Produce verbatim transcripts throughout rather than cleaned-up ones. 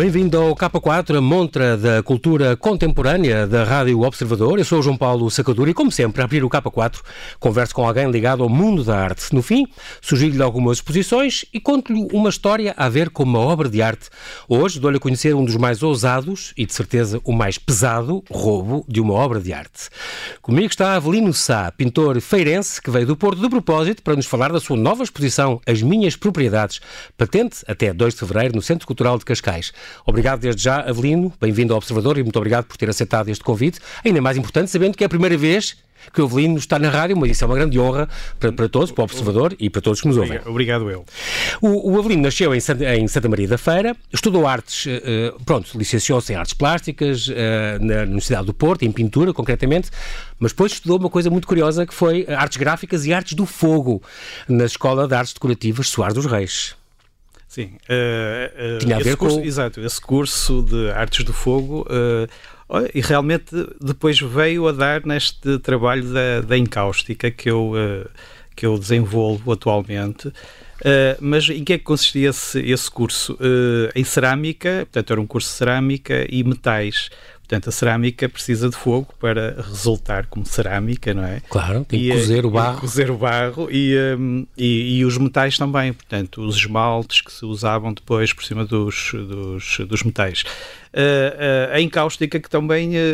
Bem-vindo ao K quatro, a montra da cultura contemporânea da Rádio Observador. Eu sou o João Paulo Sacadura e, como sempre, a abrir o K quatro, converso com alguém ligado ao mundo da arte. No fim, sugiro-lhe algumas exposições e conto-lhe uma história a ver com uma obra de arte. Hoje dou-lhe a conhecer um dos mais ousados e, de certeza, o mais pesado roubo de uma obra de arte. Comigo está Avelino Sá, pintor feirense que veio do Porto de propósito para nos falar da sua nova exposição As Minhas Propriedades, patente até dois de fevereiro no Centro Cultural de Cascais. Obrigado desde já, Avelino, bem-vindo ao Observador e muito obrigado por ter aceitado este convite. Ainda mais importante, sabendo que é a primeira vez que o Avelino está na rádio, mas isso é uma grande honra para, para todos, para o Observador e para todos que nos ouvem. Obrigado eu. O, o Avelino nasceu em Santa, em Santa Maria da Feira, estudou artes, uh, pronto, licenciou-se em artes plásticas uh, na Universidade do Porto, em pintura concretamente, mas depois estudou uma coisa muito curiosa que foi artes gráficas e artes do fogo na Escola de Artes Decorativas Soares dos Reis. Sim, uh, uh, tinha a ver curso, com... Exato, esse curso de Artes do Fogo uh, e realmente depois veio a dar neste trabalho da, da encáustica que eu, uh, que eu desenvolvo atualmente. Uh, mas em que é que consistia esse, esse curso? Uh, em cerâmica, portanto era um curso de cerâmica e metais. Portanto, a cerâmica precisa de fogo para resultar como cerâmica, não é? Claro, tem que e, cozer o barro. cozer o barro e, um, e, e os metais também, portanto, os esmaltes que se usavam depois por cima dos, dos, dos metais. Uh, uh, a encáustica que também uh,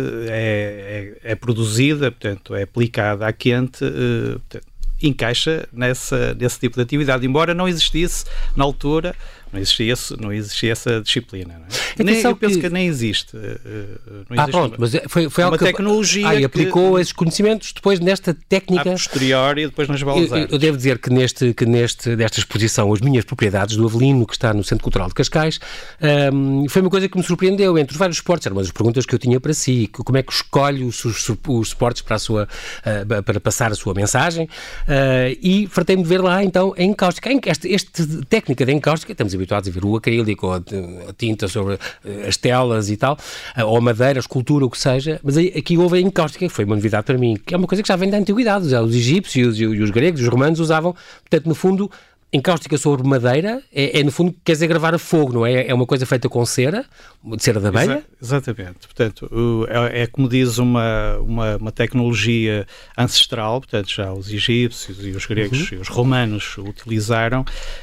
é, é, é produzida, portanto, é aplicada à quente, uh, portanto, encaixa nessa, nesse tipo de atividade, embora não existisse na altura, não existia, não existia essa disciplina. Não é? Nem, eu penso que... que nem existe. Não existe ah, pronto, mas foi, foi uma algo que... tecnologia ah, e que... aplicou esses conhecimentos depois nesta técnica... A posteriori e depois nas belas eu, artes. eu devo dizer que, neste, que neste, nesta exposição As Minhas Propriedades, do Avelino, que está no Centro Cultural de Cascais, um, foi uma coisa que me surpreendeu entre os vários esportes. Era uma das perguntas que eu tinha para si. Como é que escolhe os, os, os esportes para, a sua, uh, para passar a sua mensagem? Uh, e fartei-me de ver lá, então, a encáustica. Esta, esta técnica de encáustica, estamos habituados a ver o acrílico, a, a tinta sobre as telas e tal, ou a madeira, a escultura, o que seja, mas aqui houve a encáustica, que foi uma novidade para mim, que é uma coisa que já vem da antiguidade. Já os egípcios e os gregos, os romanos usavam, portanto, no fundo, encáustica sobre madeira é, é, no fundo, quer dizer, gravar a fogo, não é? É uma coisa feita com cera, de cera da abelha? Exa- exatamente. Portanto, é, é como diz uma, uma, uma tecnologia ancestral, portanto, já os egípcios e os gregos uhum. e os romanos utilizaram,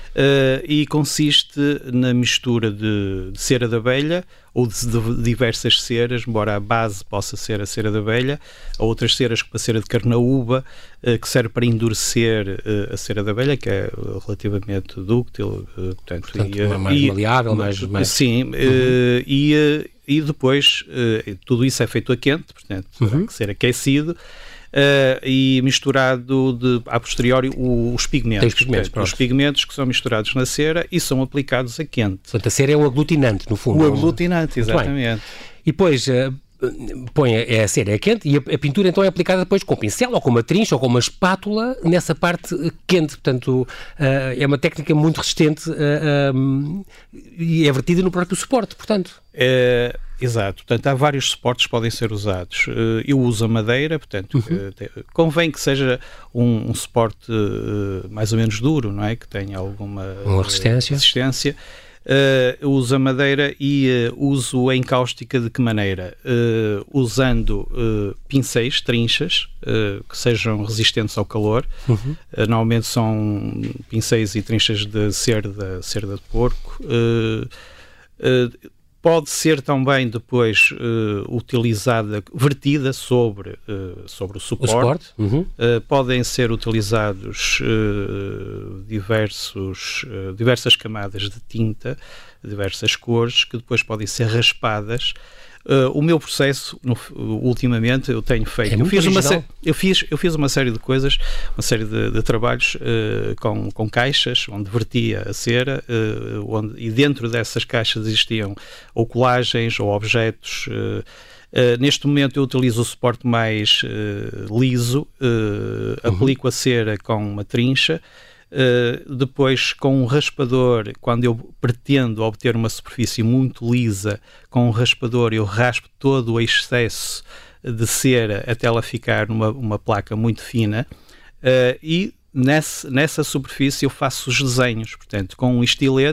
uh, e consiste na mistura de, de cera de abelha ou de, de diversas ceras, embora a base possa ser a cera de abelha, ou outras ceras como a cera de carnaúba, uh, que serve para endurecer uh, a cera de abelha, que é relativamente dúctil, uh, portanto, portanto e, mais e, maleável, mais... mais... Sim, uhum. uh, e, e depois uh, tudo isso é feito a quente, portanto, terá uhum. que ser aquecido. Uh, e misturado de, a posteriori o, os pigmentos, pigmentos portanto, os pigmentos que são misturados na cera e são aplicados a quente. Portanto, a cera é o aglutinante, no fundo. O aglutinante, exatamente. E depois uh, põe a, a cera é quente e a, a pintura então é aplicada depois com um pincel ou com uma trincha ou com uma espátula nessa parte quente. Portanto, uh, é uma técnica muito resistente uh, um, e é vertida no próprio suporte, portanto. É... Exato, portanto há vários suportes que podem ser usados. Eu uso a madeira, portanto uhum. convém que seja um, um suporte mais ou menos duro, não é? Que tenha alguma Uma resistência. resistência. Eu uso a madeira e uso a encáustica de que maneira? Usando pincéis, trinchas, que sejam resistentes ao calor. Uhum. Normalmente são pincéis e trinchas de cerda, cerda de porco. Pode ser também depois uh, utilizada, vertida sobre, uh, sobre o suporte. O suporte? Uhum. Uh, podem ser utilizados uh, diversos, uh, diversas camadas de tinta, diversas cores, que depois podem ser raspadas. Uh, o meu processo, no, ultimamente, eu tenho feito... É eu, fiz uma sé- eu, fiz, eu fiz uma série de coisas, uma série de, de trabalhos uh, com, com caixas, onde vertia a cera, uh, onde, e dentro dessas caixas existiam ou colagens ou objetos... Uh, Uh, neste momento eu utilizo o suporte mais uh, liso, uh, uhum. aplico a cera com uma trincha, uh, depois com um raspador, quando eu pretendo obter uma superfície muito lisa, com um raspador eu raspo todo o excesso de cera até ela ficar numa uma placa muito fina, uh, e nesse, nessa superfície eu faço os desenhos, portanto com um estilete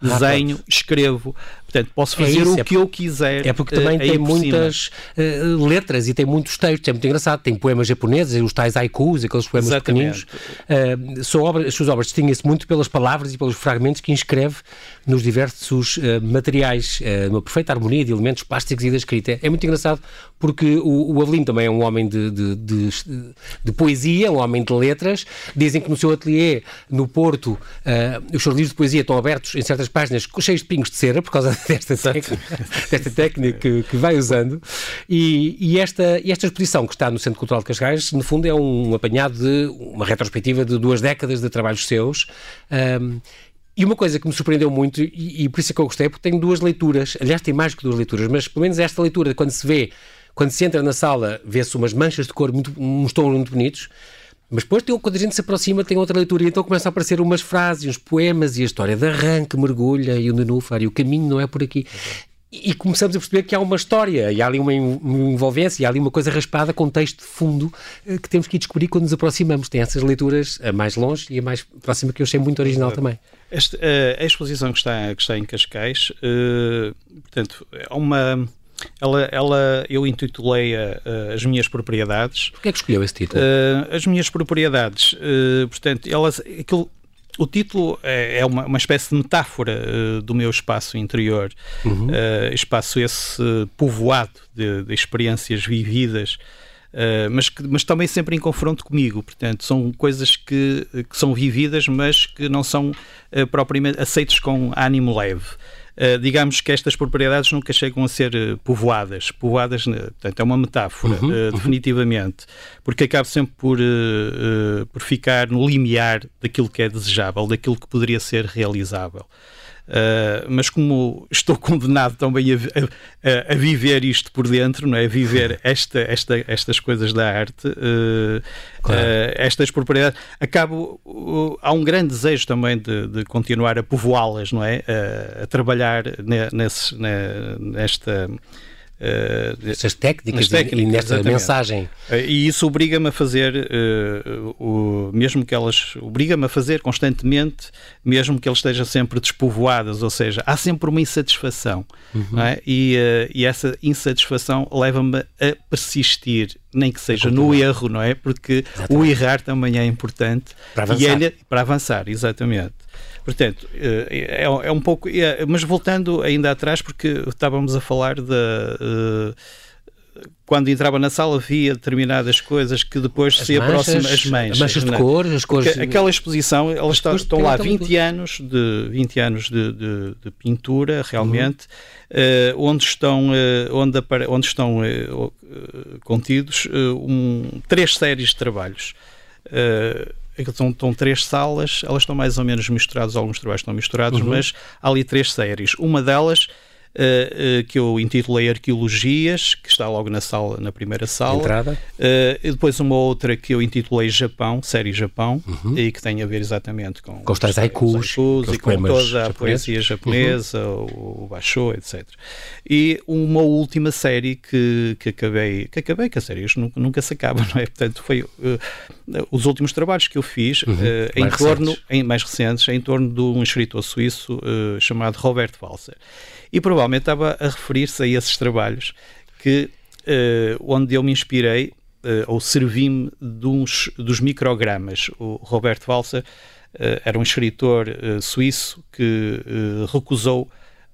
desenho, ah, escrevo, portanto, posso fazer é isso, o é que eu quiser. É porque também uh, tem muitas uh, letras e tem muitos textos, é muito engraçado, tem poemas japoneses, os tais haikus, aqueles poemas Exatamente. pequeninos. Uh, são obras, as suas obras distinguem-se muito pelas palavras e pelos fragmentos que inscreve nos diversos uh, materiais, uh, uma perfeita harmonia de elementos plásticos e da escrita. É muito engraçado porque o, o Avelino também é um homem de, de, de, de poesia, um homem de letras. Dizem que no seu ateliê, no Porto, uh, os seus livros de poesia estão abertos em certas páginas cheios de pingos de cera, por causa desta técnica, desta técnica que, que vai usando. E, e, esta, e esta exposição que está no Centro Cultural de Cascais, no fundo, é um apanhado de uma retrospectiva de duas décadas de trabalhos seus. Um, E uma coisa que me surpreendeu muito, e, e por isso é que eu gostei, porque tem duas leituras, aliás tem mais que duas leituras, mas pelo menos esta leitura, quando se vê, quando se entra na sala, vê-se umas manchas de cor, muito, uns tons muito bonitos, mas depois tem, quando a gente se aproxima tem outra leitura, e então começam a aparecer umas frases, uns poemas, e a história de arranque, mergulha, e o nenúfar, e o caminho não é por aqui. E começamos a perceber que há uma história, e há ali uma envolvência, e há ali uma coisa raspada com texto de fundo que temos que ir descobrir quando nos aproximamos. Tem essas leituras a mais longe e a mais próxima que eu achei muito original também. Este, a exposição que está, que está em Cascais, uh, portanto, é uma... Ela, ela, eu intitulei-a uh, As Minhas Propriedades. Porquê é que escolheu esse título? Uh, As Minhas Propriedades, uh, portanto, elas... Aquilo, o título é, é uma, uma espécie de metáfora uh, do meu espaço interior, uhum. uh, espaço esse uh, povoado de, de experiências vividas, uh, mas, que, mas também sempre em confronto comigo, portanto, são coisas que, que são vividas, mas que não são uh, propriamente aceitas com ânimo leve. Uh, digamos que estas propriedades nunca chegam a ser uh, povoadas. Povoadas, uh, portanto, é uma metáfora, uhum, uh, definitivamente, porque acaba sempre por, uh, uh, por ficar no limiar daquilo que é desejável, daquilo que poderia ser realizável. Uh, mas como estou condenado também a, a, a viver isto por dentro, não é? A viver esta, esta, estas coisas da arte, uh, claro. uh, estas propriedades, acabo, uh, há um grande desejo também de, de continuar a povoá-las, não é? Uh, a trabalhar ne, nesse, ne, nesta... Uh, Essas técnicas, técnicas e nesta exatamente. Mensagem. Uh, e isso obriga-me a fazer, uh, o, mesmo que elas, obriga-me a fazer constantemente, mesmo que elas estejam sempre despovoadas, ou seja, há sempre uma insatisfação, uhum. não é? e, uh, e essa insatisfação leva-me a persistir, nem que seja no erro, não é? Porque exatamente. O errar também é importante para avançar, e ele, para avançar, exatamente. Portanto, é, é um pouco... É, mas voltando ainda atrás, porque estávamos a falar de... Uh, quando entrava na sala via determinadas coisas que depois as se aproximam as manchas. manchas de cor, as cores... Porque aquela exposição, elas estão, estão lá vinte anos de, vinte anos de, de, de pintura, realmente, uhum. uh, onde estão, uh, onde, apare, onde estão uh, uh, contidos uh, um, três séries de trabalhos. Uh, Estão, estão três salas, elas estão mais ou menos misturadas, alguns trabalhos estão misturados, uhum. mas há ali três séries. Uma delas, uh, uh, que eu intitulei Arqueologias, que está logo na sala, na primeira sala. Entrada. Uh, e depois uma outra que eu intitulei Japão, série Japão, uhum. e que tem a ver exatamente com, com os tais haikus, e com toda a poesia japonesa, uhum. o, o Basho, etcétera. E uma última série que, que acabei, que acabei, que a série nunca, nunca se acaba, não é? Portanto, foi... Uh, os últimos trabalhos que eu fiz uhum, uh, em mais torno, recentes. Em, mais recentes, em torno de um escritor suíço uh, chamado Robert Walser. E provavelmente estava a referir-se a esses trabalhos que, uh, onde eu me inspirei, uh, ou servi-me de uns, dos microgramas. O Robert Walser uh, era um escritor uh, suíço que uh, recusou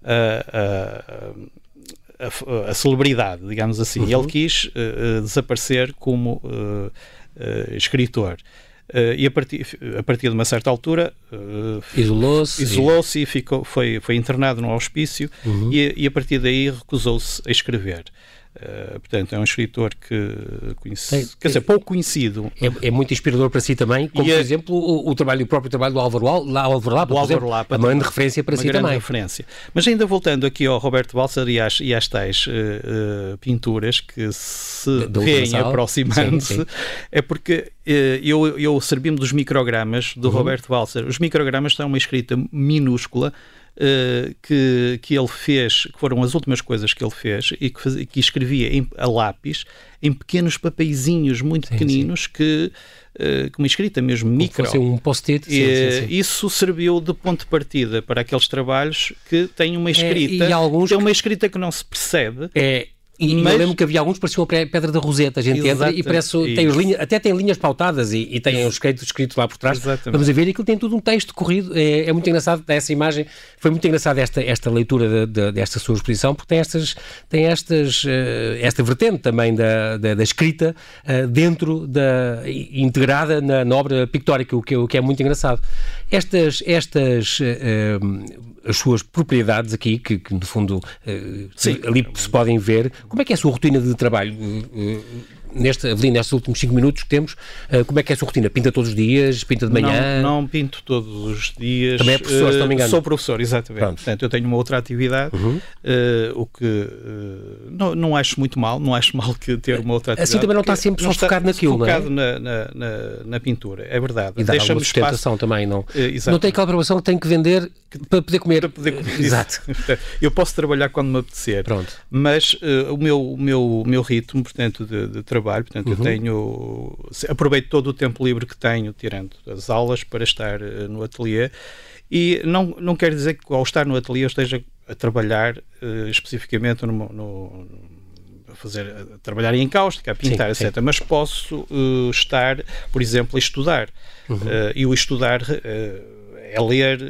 a... A, a celebridade, digamos assim. Uhum. Ele quis uh, desaparecer como uh, uh, escritor. Uh, e a partir, a partir de uma certa altura uh, isolou-se, isolou-se e ficou, foi, foi internado num hospício, uhum. e, e a partir daí recusou-se a escrever. Uh, portanto, é um escritor que conhece, tem, quer dizer, pouco conhecido. É, é muito inspirador para si também, como e por a, exemplo o, o, trabalho, o próprio trabalho do Álvaro Lapa, por exemplo, Lapa, uma grande referência para si também. Referência. Mas ainda voltando aqui ao Roberto Walser e às, e às tais uh, uh, pinturas que se veem aproximando-se, é porque uh, eu, eu servi-me dos microgramas do uhum. Roberto Walser. Os microgramas são uma escrita minúscula, uh, que, que ele fez, que foram as últimas coisas que ele fez, e que, faz, que escrevia em, a lápis, em pequenos papeizinhos muito sim, pequeninos, sim. que, uh, com uma escrita mesmo como micro. Fosse um post-it. Sim, e, sim, sim. Isso serviu de ponto de partida para aqueles trabalhos que têm uma escrita, é, e alguns tem uma escrita que não se percebe. É. E mas... eu lembro que havia alguns que pareciam a pedra da Roseta, a gente Exato, entra e parece, tem os linhas, até tem linhas pautadas e, e tem os escritos escritos lá por trás. Exatamente. Vamos a ver, e aquilo tem tudo um texto corrido, é, é muito engraçado essa imagem, foi muito engraçada esta, esta leitura de, de, desta sua exposição, porque tem, estas, tem estas, uh, esta vertente também da, da, da escrita uh, dentro da, integrada na, na obra pictórica, o que, o que é muito engraçado. Estas, estas uh, as suas propriedades aqui, que, que no fundo uh, Sim. ali se podem ver. Como é que é a sua rotina de trabalho? Uh, uh, neste, ali nestes últimos cinco minutos que temos, uh, como é que é a sua rotina? Pinta todos os dias? Pinta de manhã? Não, não pinto todos os dias. Também é professor, uh, se não me engano. Sou professor, exatamente. Pronto. Portanto, eu tenho uma outra atividade, uhum. uh, o que uh, não, não acho muito mal, não acho mal que ter uma outra atividade. Assim também não está sempre só focado naquilo, focado não é? na, na, na, na pintura, é verdade. E dá alguma sustentação espaço... também, não? Uh, não tem aquela preocupação que tem que vender para poder comer. Para poder comer. Exato. Eu posso trabalhar quando me apetecer. Pronto. Mas uh, o, meu, o, meu, o meu ritmo, portanto, de, de trabalho, portanto, uhum. eu tenho, aproveito todo o tempo livre que tenho, tirando as aulas, para estar uh, no ateliê, e não, não quer dizer que ao estar no ateliê eu esteja a trabalhar uh, especificamente no, no, a fazer, a trabalhar em encáustica, a pintar, sim, etcétera. Sim. Mas posso uh, estar, por exemplo, a estudar. Uhum. Uh, e o estudar uh, é ler,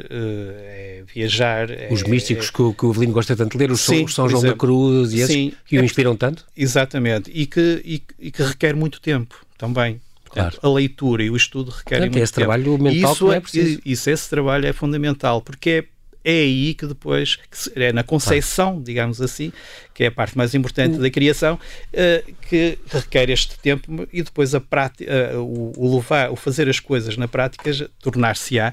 é viajar. Os é, místicos é... que, que o Avelino gosta tanto de ler, os sim, São João da Cruz e esses sim, que o inspiram tanto? Exatamente, e que, e, e que requer muito tempo também. Portanto, claro. A leitura e o estudo requerem muito esse tempo. Trabalho mental isso que é preciso. Isso, esse trabalho é fundamental, porque é é aí que depois, que é na concepção, claro. digamos assim, que é a parte mais importante uh. da criação, uh, que requer este tempo e depois a prática, uh, o, o levar, o fazer as coisas na prática tornar-se-á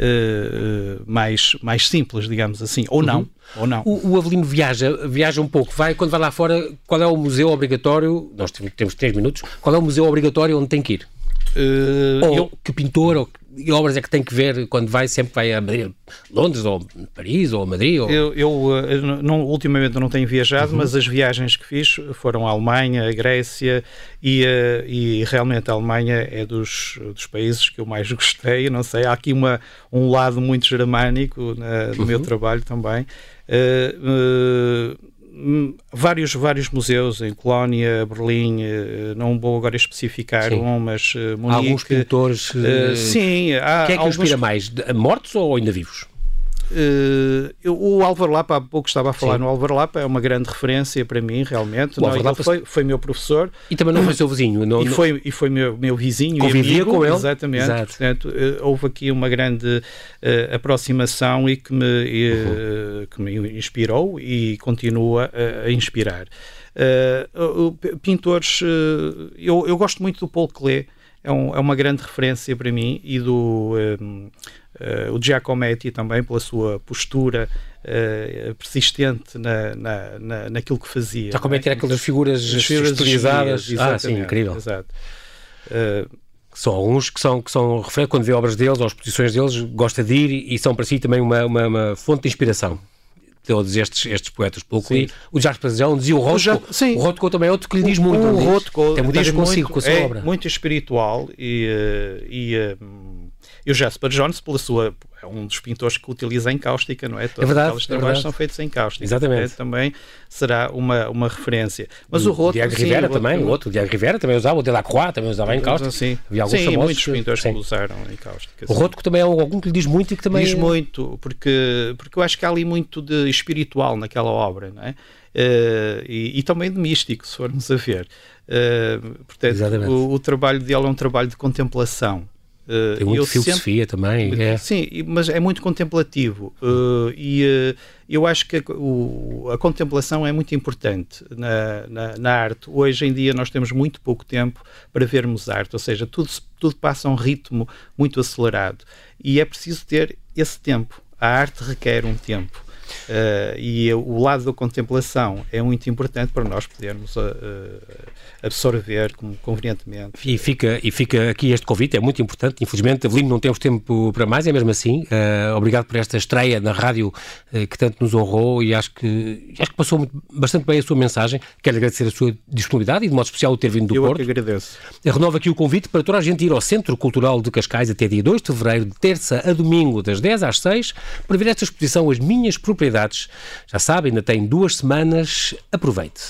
uh, mais, mais simples, digamos assim, ou não. Uhum. Ou não. O, o Avelino viaja, viaja um pouco, vai, quando vai lá fora, qual é o museu obrigatório, nós temos três minutos, qual é o museu obrigatório onde tem que ir? Uh, ou eu, que pintor ou que obras é que tem que ver quando vai, sempre vai a Madrid, Londres ou Paris ou Madrid? Ou... Eu, eu não, ultimamente não tenho viajado, uhum. mas as viagens que fiz foram à Alemanha, à Grécia e, e realmente a Alemanha é dos, dos países que eu mais gostei, não sei, há aqui uma, um lado muito germânico na, no uhum. meu trabalho também. Uh, uh, Vários, vários museus em Colónia, Berlim, não vou agora especificar sim. um, mas uh, Munique... Há alguns pintores... Uh, sim, há... Quem é que alguns... inspira mais? Mortos ou ainda vivos? Uh, eu, o Álvaro Lapa, há pouco estava a falar Sim. no Álvaro Lapa, é uma grande referência para mim, realmente. O Álvaro Lapa foi, foi meu professor. E também não foi seu vizinho. Não, e, foi, e foi meu, meu vizinho Convivia e amigo. com ele. Exatamente. Exato. Portanto, uh, houve aqui uma grande uh, aproximação e que me, uh, uhum. que me inspirou e continua uh, a inspirar. Uh, uh, pintores, uh, eu, eu gosto muito do Paul Klee, é, um, é uma grande referência para mim, e do... Um, Uh, o Giacometti também, pela sua postura uh, persistente na, na, na, naquilo que fazia. Giacometti era aquelas figuras estilizadas. Ah, sim, incrível. Exato. Uh, são alguns que são, que são referentes, quando vê obras deles ou exposições deles, gosta de ir e são para si também uma, uma, uma fonte de inspiração. Todos estes, estes poetas, pelo que li. O Jasper Jones e o Rothko. O Rothko também é outro que lhe diz muito. O Rothko tem muita diz consigo muito, com a sua é obra. Muito espiritual e... e E o Jasper Jones, pela sua, é um dos pintores que utiliza a encáustica, não é? Todos é verdade, aqueles trabalhos é verdade. são feitos em encáustica. Exatamente. É, também será uma, uma referência. Mas o, o Rothko... Diego Rivera sim, também, o outro, o Diego Rivera também usava, o Delacroix também usava a encáustica. Sim, havia alguns sim famosos muitos que, pintores sim. que usaram a encáustica. O Rothko também é algum que lhe diz muito e que também... Diz muito, porque, porque eu acho que há ali muito de espiritual naquela obra, não é? Uh, e, e também de místico, se formos a ver. Uh, portanto, o, o trabalho dele é um trabalho de contemplação. Uh, Tem muito filosofia sempre, também. É. Sim, mas é muito contemplativo. Uh, e uh, eu acho que a, o, a contemplação é muito importante na, na, na arte. Hoje em dia nós temos muito pouco tempo para vermos arte, ou seja, tudo, tudo passa a um ritmo muito acelerado. E é preciso ter esse tempo. A arte requer um tempo. Uh, e o lado da contemplação é muito importante para nós podermos uh, absorver como convenientemente. E fica, e fica aqui este convite, é muito importante. Infelizmente, Avelino, não temos tempo para mais, é mesmo assim. Uh, obrigado por esta estreia na rádio uh, que tanto nos honrou, e acho que, acho que passou muito, bastante bem a sua mensagem. Quero agradecer a sua disponibilidade e, de modo especial, o ter vindo do Eu Porto. Eu que agradeço. Eu renovo aqui o convite para toda a gente ir ao Centro Cultural de Cascais até dia dois de fevereiro, de terça a domingo, das dez às seis, para ver esta exposição As Minhas Propriedades. Já sabe, ainda tem duas semanas. Aproveite.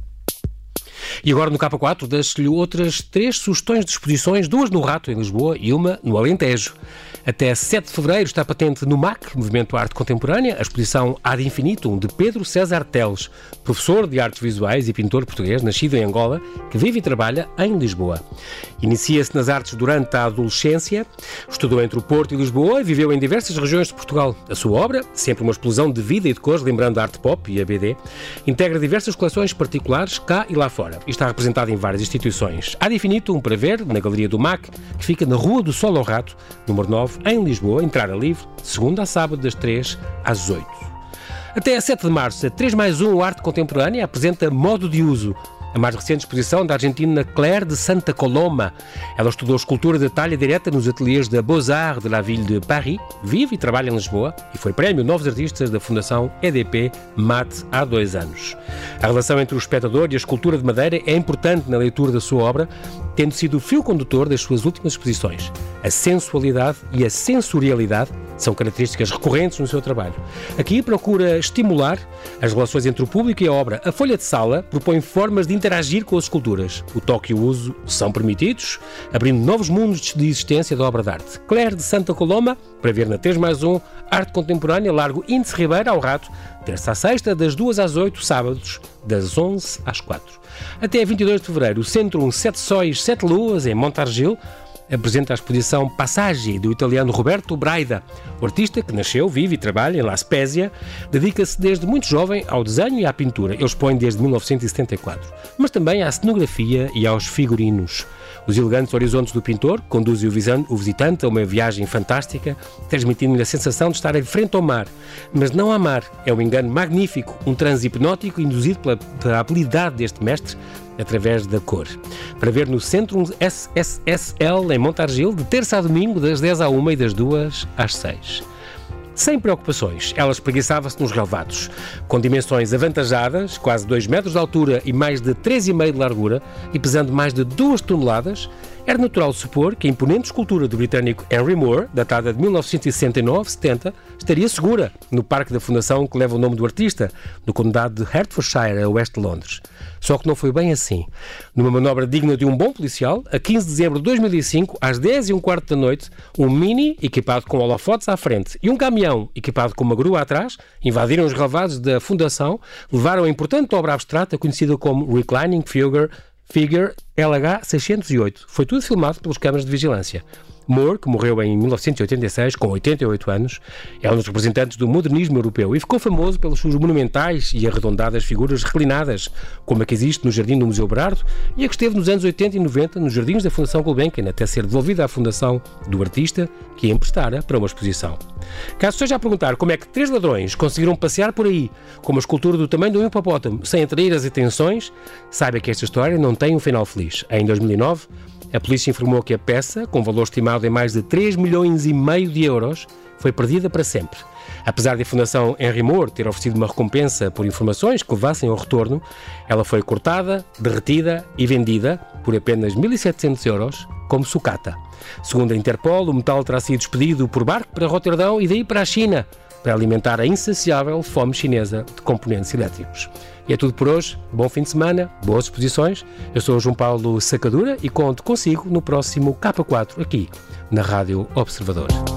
E agora no K quatro deixo-lhe outras três sugestões de exposições, duas no Rato, em Lisboa, e uma no Alentejo. Até sete de fevereiro está patente no M A C, Movimento Arte Contemporânea, a exposição Ad Infinitum, de Pedro César Teles, professor de artes visuais e pintor português, nascido em Angola, que vive e trabalha em Lisboa. Inicia-se nas artes durante a adolescência, estudou entre o Porto e Lisboa e viveu em diversas regiões de Portugal. A sua obra, sempre uma explosão de vida e de cores, lembrando a arte pop e a B D, integra diversas coleções particulares cá e lá fora, e está representado em várias instituições. Ad Infinitum, para ver, na Galeria do M A C, que fica na Rua do Sol ao Rato, número nove, em Lisboa, entrada livre, de segunda a sábado, das três às oito. Até a sete de março, a três mais um Arte Contemporânea apresenta Modo de Uso, a mais recente exposição da argentina Claire de Santa Coloma. Ela estudou escultura de talha direta nos ateliês da Beaux-Arts de la Ville de Paris, vive e trabalha em Lisboa e foi prémio Novos Artistas da Fundação E D P M A T há dois anos. A relação entre o espectador e a escultura de madeira é importante na leitura da sua obra, tendo sido o fio condutor das suas últimas exposições. A sensualidade e a sensorialidade são características recorrentes no seu trabalho. Aqui procura estimular as relações entre o público e a obra. A folha de sala propõe formas de interagir com as esculturas. O toque e o uso são permitidos, abrindo novos mundos de existência da obra de arte. Claire de Santa Coloma, para ver na três mais um, Arte Contemporânea, Largo Índice Ribeiro, ao Rato, terça a sexta, das duas às oito, sábados, das onze às quatro. Até vinte e dois de fevereiro, o Centro Sete Sóis, Sete Luas, em Montargil, apresenta a exposição Passaggi, do italiano Roberto Braida. O artista, que nasceu, vive e trabalha em La Spezia, dedica-se desde muito jovem ao desenho e à pintura. Ele expõe desde mil novecentos e setenta e quatro, mas também à cenografia e aos figurinos. Os elegantes horizontes do pintor conduzem o visitante a uma viagem fantástica, transmitindo-lhe a sensação de estar em frente ao mar. Mas não há mar, é um engano magnífico, um transe hipnótico induzido pela, pela habilidade deste mestre através da cor. Para ver no Centro S S S L em Montargil, de terça a domingo, das dez à uma e das duas às seis. Sem preocupações, ela espreguiçava-se nos relevados. Com dimensões avantajadas, quase dois metros de altura e mais de três vírgula cinco de largura, e pesando mais de duas toneladas, era natural supor que a imponente escultura do britânico Henry Moore, datada de mil novecentos e sessenta e nove setenta, estaria segura no parque da fundação que leva o nome do artista, no condado de Hertfordshire, a oeste de Londres. Só que não foi bem assim. Numa manobra digna de um bom policial, a quinze de dezembro de dois mil e cinco, às dez e um quarto da noite, um Mini, equipado com holofotes à frente, e um caminhão, equipado com uma grua atrás, invadiram os relevados da fundação, levaram a importante obra abstrata conhecida como Reclining Figure, Figure L H seiscentos e oito. Foi tudo filmado pelas câmaras de vigilância. Moore, que morreu em mil novecentos e oitenta e seis, com oitenta e oito anos, é um dos representantes do modernismo europeu e ficou famoso pelas suas monumentais e arredondadas figuras reclinadas, como a que existe no Jardim do Museu Berardo e a que esteve nos anos oitenta e noventa nos jardins da Fundação Gulbenkian, até ser devolvida à fundação do artista que a emprestara para uma exposição. Caso esteja a perguntar como é que três ladrões conseguiram passear por aí com uma escultura do tamanho de um hipopótamo sem atrair as atenções, saiba que esta história não tem um final feliz. Em dois mil e nove, a polícia informou que a peça, com valor estimado em mais de três milhões e meio de euros, foi perdida para sempre. Apesar de a Fundação Henry Moore ter oferecido uma recompensa por informações que levassem ao retorno, ela foi cortada, derretida e vendida por apenas mil e setecentos euros como sucata. Segundo a Interpol, o metal terá sido expedido por barco para Roterdão e daí para a China, para alimentar a insaciável fome chinesa de componentes elétricos. E é tudo por hoje. Bom fim de semana, boas exposições. Eu sou o João Paulo Sacadura e conto consigo no próximo K quatro aqui na Rádio Observador.